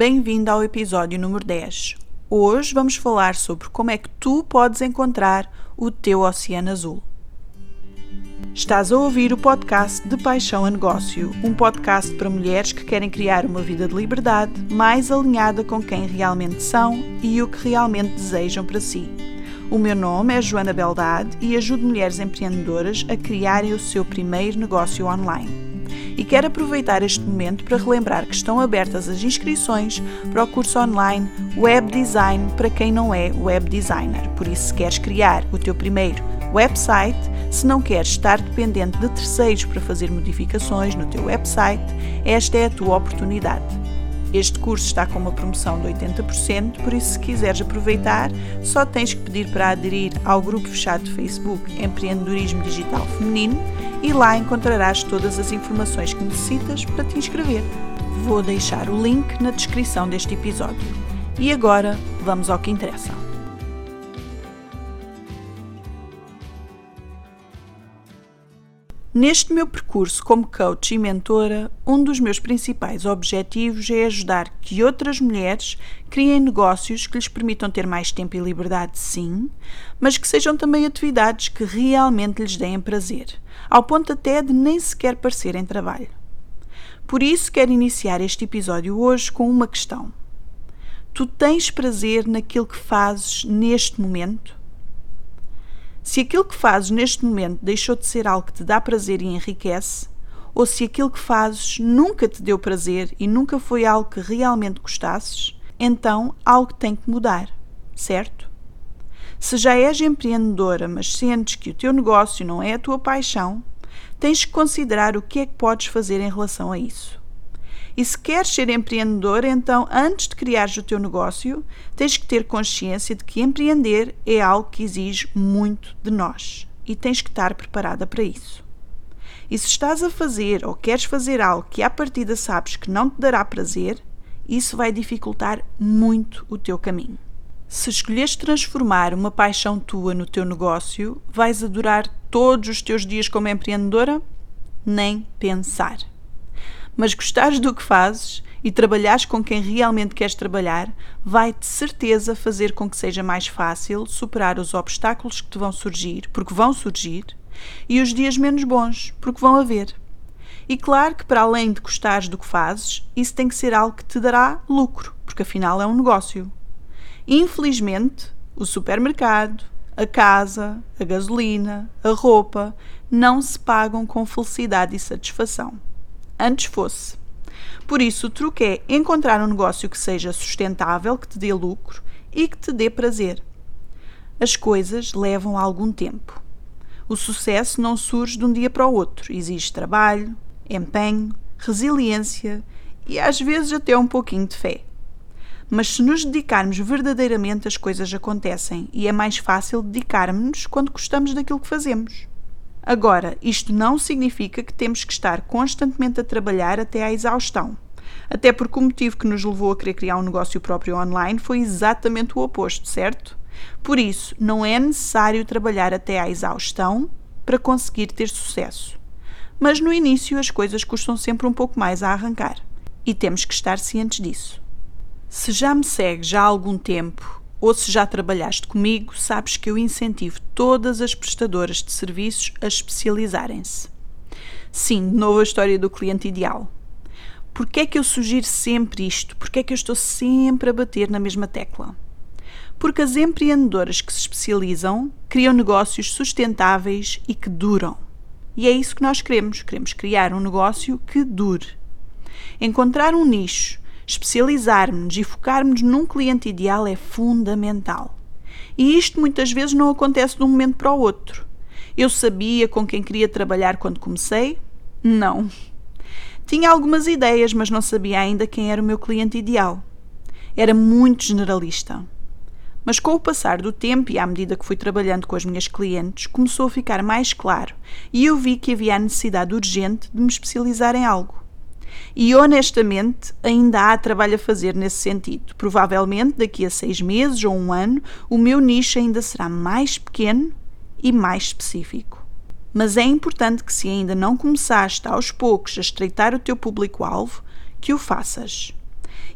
Bem-vindo ao episódio número 10. Hoje vamos falar sobre como é que tu podes encontrar o teu oceano azul. Estás a ouvir o podcast de Paixão a Negócio, um podcast para mulheres que querem criar uma vida de liberdade mais alinhada com quem realmente são e o que realmente desejam para si. O meu nome é Joana Beldade e ajudo mulheres empreendedoras a criarem o seu primeiro negócio online. E quero aproveitar este momento para relembrar que estão abertas as inscrições para o curso online Web Design para quem não é web designer. Por isso, se queres criar o teu primeiro website, se não queres estar dependente de terceiros para fazer modificações no teu website, esta é a tua oportunidade. Este curso está com uma promoção de 80%, por isso se quiseres aproveitar, só tens que pedir para aderir ao grupo fechado de Facebook Empreendedorismo Digital Feminino e lá encontrarás todas as informações que necessitas para te inscrever. Vou deixar o link na descrição deste episódio. E agora, vamos ao que interessa. Neste meu percurso como coach e mentora, um dos meus principais objetivos é ajudar que outras mulheres criem negócios que lhes permitam ter mais tempo e liberdade, sim, mas que sejam também atividades que realmente lhes deem prazer, ao ponto até de nem sequer parecerem trabalho. Por isso, quero iniciar este episódio hoje com uma questão. Tu tens prazer naquilo que fazes neste momento? Se aquilo que fazes neste momento deixou de ser algo que te dá prazer e enriquece, ou se aquilo que fazes nunca te deu prazer e nunca foi algo que realmente gostasses, então algo tem que mudar, certo? Se já és empreendedora, mas sentes que o teu negócio não é a tua paixão, tens que considerar o que é que podes fazer em relação a isso. E se queres ser empreendedor, então, antes de criares o teu negócio, tens que ter consciência de que empreender é algo que exige muito de nós e tens que estar preparada para isso. E se estás a fazer ou queres fazer algo que à partida sabes que não te dará prazer, isso vai dificultar muito o teu caminho. Se escolheres transformar uma paixão tua no teu negócio, vais adorar todos os teus dias como empreendedora? Nem pensar. Mas gostares do que fazes e trabalhares com quem realmente queres trabalhar, vai de certeza fazer com que seja mais fácil superar os obstáculos que te vão surgir, porque vão surgir, e os dias menos bons, porque vão haver. E claro que para além de gostares do que fazes, isso tem que ser algo que te dará lucro, porque afinal é um negócio. Infelizmente, o supermercado, a casa, a gasolina, a roupa, não se pagam com felicidade e satisfação. Antes fosse. Por isso, o truque é encontrar um negócio que seja sustentável, que te dê lucro e que te dê prazer. As coisas levam algum tempo. O sucesso não surge de um dia para o outro. Exige trabalho, empenho, resiliência e às vezes até um pouquinho de fé. Mas se nos dedicarmos verdadeiramente, as coisas acontecem e é mais fácil dedicarmos-nos quando gostamos daquilo que fazemos. Agora, isto não significa que temos que estar constantemente a trabalhar até à exaustão. Até porque o motivo que nos levou a querer criar um negócio próprio online foi exatamente o oposto, certo? Por isso, não é necessário trabalhar até à exaustão para conseguir ter sucesso. Mas no início as coisas custam sempre um pouco mais a arrancar. E temos que estar cientes disso. Se já me segues há algum tempo, ou se já trabalhaste comigo, sabes que eu incentivo todas as prestadoras de serviços a especializarem-se. Sim, de novo a história do cliente ideal. Porquê é que eu sugiro sempre isto? Porquê é que eu estou sempre a bater na mesma tecla? Porque as empreendedoras que se especializam criam negócios sustentáveis e que duram. E é isso que nós queremos. Queremos criar um negócio que dure. Encontrar um nicho, especializarmos-nos e focarmos num cliente ideal é fundamental. E isto muitas vezes não acontece de um momento para o outro. Eu sabia com quem queria trabalhar quando comecei? Não. Tinha algumas ideias, mas não sabia ainda quem era o meu cliente ideal. Era muito generalista. Mas com o passar do tempo e à medida que fui trabalhando com as minhas clientes, começou a ficar mais claro e eu vi que havia a necessidade urgente de me especializar em algo. E honestamente ainda há trabalho a fazer nesse sentido. Provavelmente daqui a 6 meses ou 1 ano o meu nicho ainda será mais pequeno e mais específico. Mas é importante que, se ainda não começaste aos poucos a estreitar o teu público-alvo, que o faças.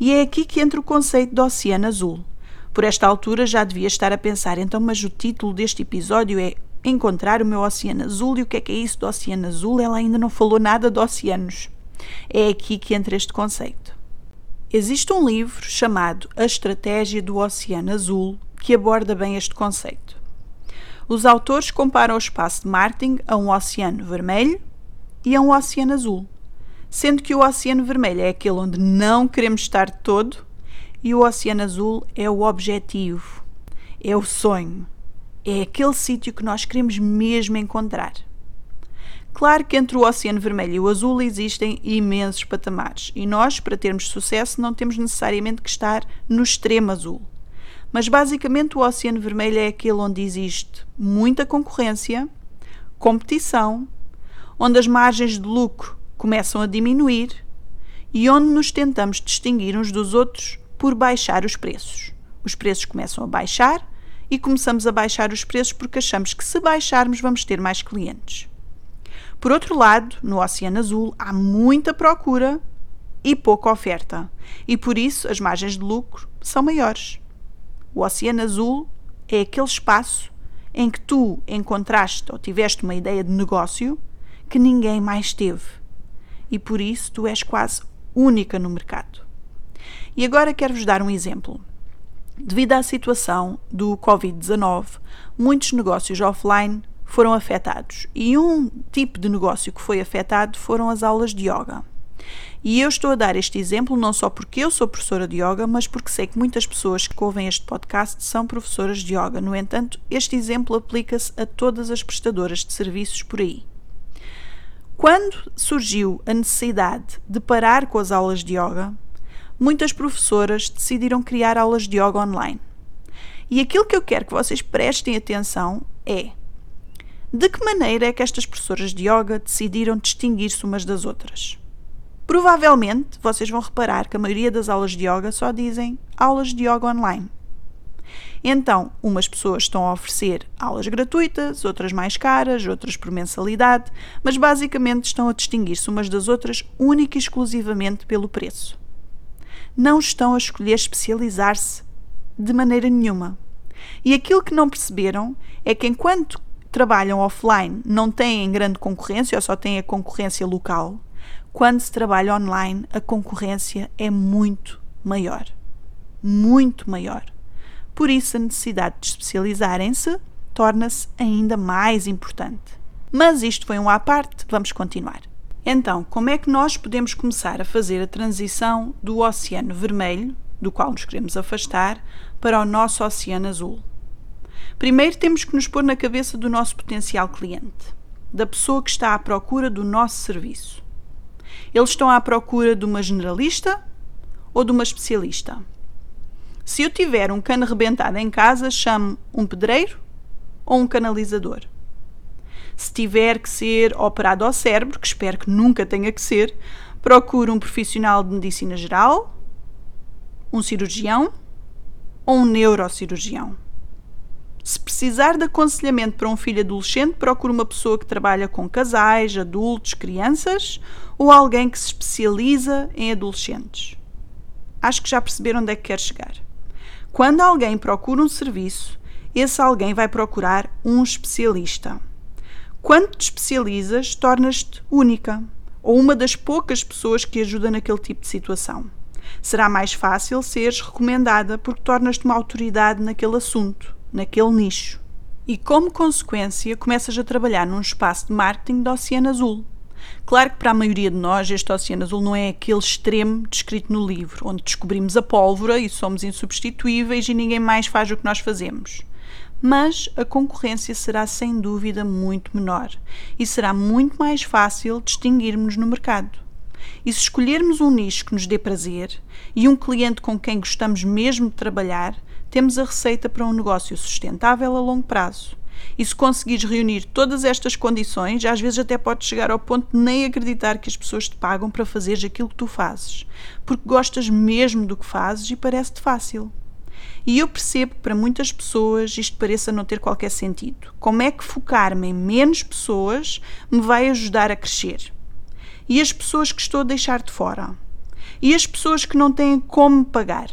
E é aqui que entra o conceito de Oceano Azul. Por esta altura já devia estar a pensar, então, mas o título deste episódio é Encontrar o meu Oceano Azul, e o que é isso do Oceano Azul? Ela ainda não falou nada de oceanos. É aqui que entra este conceito. Existe um livro chamado A Estratégia do Oceano Azul que aborda bem este conceito. Os autores comparam o espaço de marketing a um oceano vermelho e a um oceano azul, sendo que o oceano vermelho é aquele onde não queremos estar de todo e o oceano azul é o objetivo, é o sonho, é aquele sítio que nós queremos mesmo encontrar. Claro que entre o oceano vermelho e o azul existem imensos patamares e nós, para termos sucesso, não temos necessariamente que estar no extremo azul. Mas basicamente o oceano vermelho é aquele onde existe muita concorrência, competição, onde as margens de lucro começam a diminuir e onde nos tentamos distinguir uns dos outros por baixar os preços. Os preços começam a baixar e começamos a baixar os preços porque achamos que se baixarmos vamos ter mais clientes. Por outro lado, no Oceano Azul há muita procura e pouca oferta e por isso as margens de lucro são maiores. O Oceano Azul é aquele espaço em que tu encontraste ou tiveste uma ideia de negócio que ninguém mais teve e por isso tu és quase única no mercado. E agora quero-vos dar um exemplo. Devido à situação do Covid-19, muitos negócios offline foram afetados e um tipo de negócio que foi afetado foram as aulas de yoga. E eu estou a dar este exemplo não só porque eu sou professora de yoga, mas porque sei que muitas pessoas que ouvem este podcast são professoras de yoga. No entanto, este exemplo aplica-se a todas as prestadoras de serviços por aí. Quando surgiu a necessidade de parar com as aulas de yoga, muitas professoras decidiram criar aulas de yoga online. E aquilo que eu quero que vocês prestem atenção é: de que maneira é que estas professoras de yoga decidiram distinguir-se umas das outras? Provavelmente vocês vão reparar que a maioria das aulas de yoga só dizem aulas de yoga online. Então, umas pessoas estão a oferecer aulas gratuitas, outras mais caras, outras por mensalidade, mas basicamente estão a distinguir-se umas das outras única e exclusivamente pelo preço. Não estão a escolher especializar-se de maneira nenhuma. E aquilo que não perceberam é que enquanto trabalham offline não têm grande concorrência ou só têm a concorrência local, quando se trabalha online a concorrência é muito maior. Muito maior. Por isso a necessidade de especializarem-se torna-se ainda mais importante. Mas isto foi um à parte, vamos continuar. Então, como é que nós podemos começar a fazer a transição do oceano vermelho, do qual nos queremos afastar, para o nosso oceano azul? Primeiro temos que nos pôr na cabeça do nosso potencial cliente, da pessoa que está à procura do nosso serviço. Eles estão à procura de uma generalista ou de uma especialista? Se eu tiver um cano rebentado em casa, chamo um pedreiro ou um canalizador? Se tiver que ser operado ao cérebro, que espero que nunca tenha que ser, procuro um profissional de medicina geral, um cirurgião ou um neurocirurgião. Se precisar de aconselhamento para um filho adolescente, procuro uma pessoa que trabalha com casais, adultos, crianças ou alguém que se especializa em adolescentes. Acho que já perceberam onde é que quero chegar. Quando alguém procura um serviço, esse alguém vai procurar um especialista. Quando te especializas, tornas-te única ou uma das poucas pessoas que ajuda naquele tipo de situação. Será mais fácil seres recomendada porque tornas-te uma autoridade naquele assunto, naquele nicho. E como consequência, começas a trabalhar num espaço de marketing de oceano azul. Claro que para a maioria de nós este oceano azul não é aquele extremo descrito no livro, onde descobrimos a pólvora e somos insubstituíveis e ninguém mais faz o que nós fazemos. Mas a concorrência será sem dúvida muito menor e será muito mais fácil distinguirmos-nos no mercado. E se escolhermos um nicho que nos dê prazer e um cliente com quem gostamos mesmo de trabalhar, temos a receita para um negócio sustentável a longo prazo. E se conseguires reunir todas estas condições, às vezes até podes chegar ao ponto de nem acreditar que as pessoas te pagam para fazeres aquilo que tu fazes, porque gostas mesmo do que fazes e parece-te fácil. E eu percebo que para muitas pessoas isto pareça não ter qualquer sentido. Como é que focar-me em menos pessoas me vai ajudar a crescer? E as pessoas que estou a deixar de fora? E as pessoas que não têm como pagar?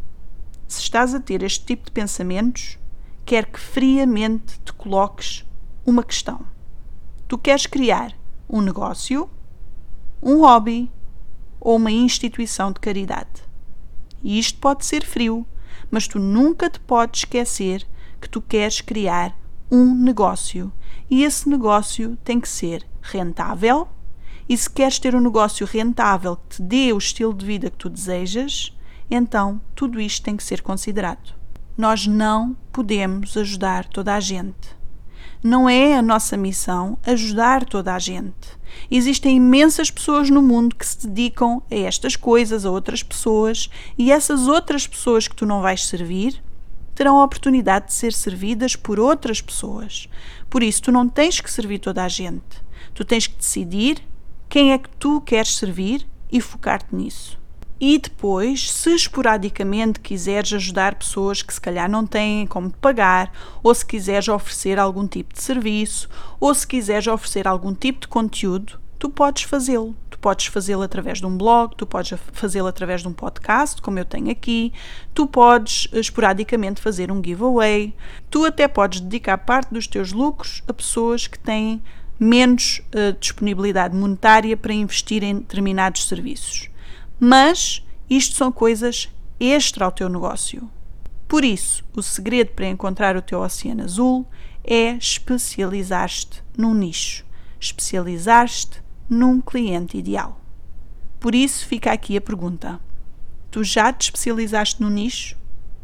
Se estás a ter este tipo de pensamentos, quero que friamente te coloques uma questão. Tu queres criar um negócio, um hobby ou uma instituição de caridade? E isto pode ser frio, mas tu nunca te podes esquecer que tu queres criar um negócio. E esse negócio tem que ser rentável. E se queres ter um negócio rentável que te dê o estilo de vida que tu desejas, então tudo isto tem que ser considerado. Nós não podemos ajudar toda a gente. Não é a nossa missão ajudar toda a gente. Existem imensas pessoas no mundo que se dedicam a estas coisas, a outras pessoas, e essas outras pessoas que tu não vais servir terão a oportunidade de ser servidas por outras pessoas. Por isso, tu não tens que servir toda a gente. Tu tens que decidir quem é que tu queres servir e focar-te nisso. E depois, se esporadicamente quiseres ajudar pessoas que se calhar não têm como pagar, ou se quiseres oferecer algum tipo de serviço, ou se quiseres oferecer algum tipo de conteúdo, tu podes fazê-lo. Tu podes fazê-lo através de um blog, tu podes fazê-lo através de um podcast, como eu tenho aqui, tu podes esporadicamente fazer um giveaway, tu até podes dedicar parte dos teus lucros a pessoas que têm menos disponibilidade monetária para investir em determinados serviços. Mas isto são coisas extra ao teu negócio. Por isso, o segredo para encontrar o teu oceano azul é especializar-te num nicho, especializar-te num cliente ideal. Por isso fica aqui a pergunta. Tu já te especializaste num nicho?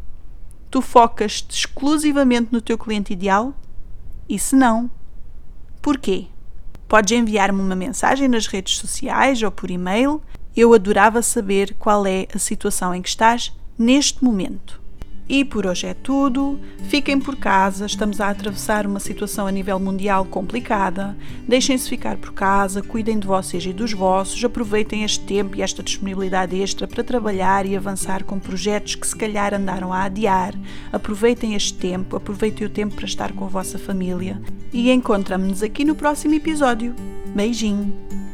Tu focas-te exclusivamente no teu cliente ideal? E se não, porquê? Podes enviar-me uma mensagem nas redes sociais ou por e-mail. Eu adorava saber qual é a situação em que estás neste momento. E por hoje é tudo. Fiquem por casa, estamos a atravessar uma situação a nível mundial complicada. Deixem-se ficar por casa, cuidem de vocês e dos vossos, aproveitem este tempo e esta disponibilidade extra para trabalhar e avançar com projetos que se calhar andaram a adiar. Aproveitem este tempo, aproveitem o tempo para estar com a vossa família. E encontramo-nos aqui no próximo episódio. Beijinho!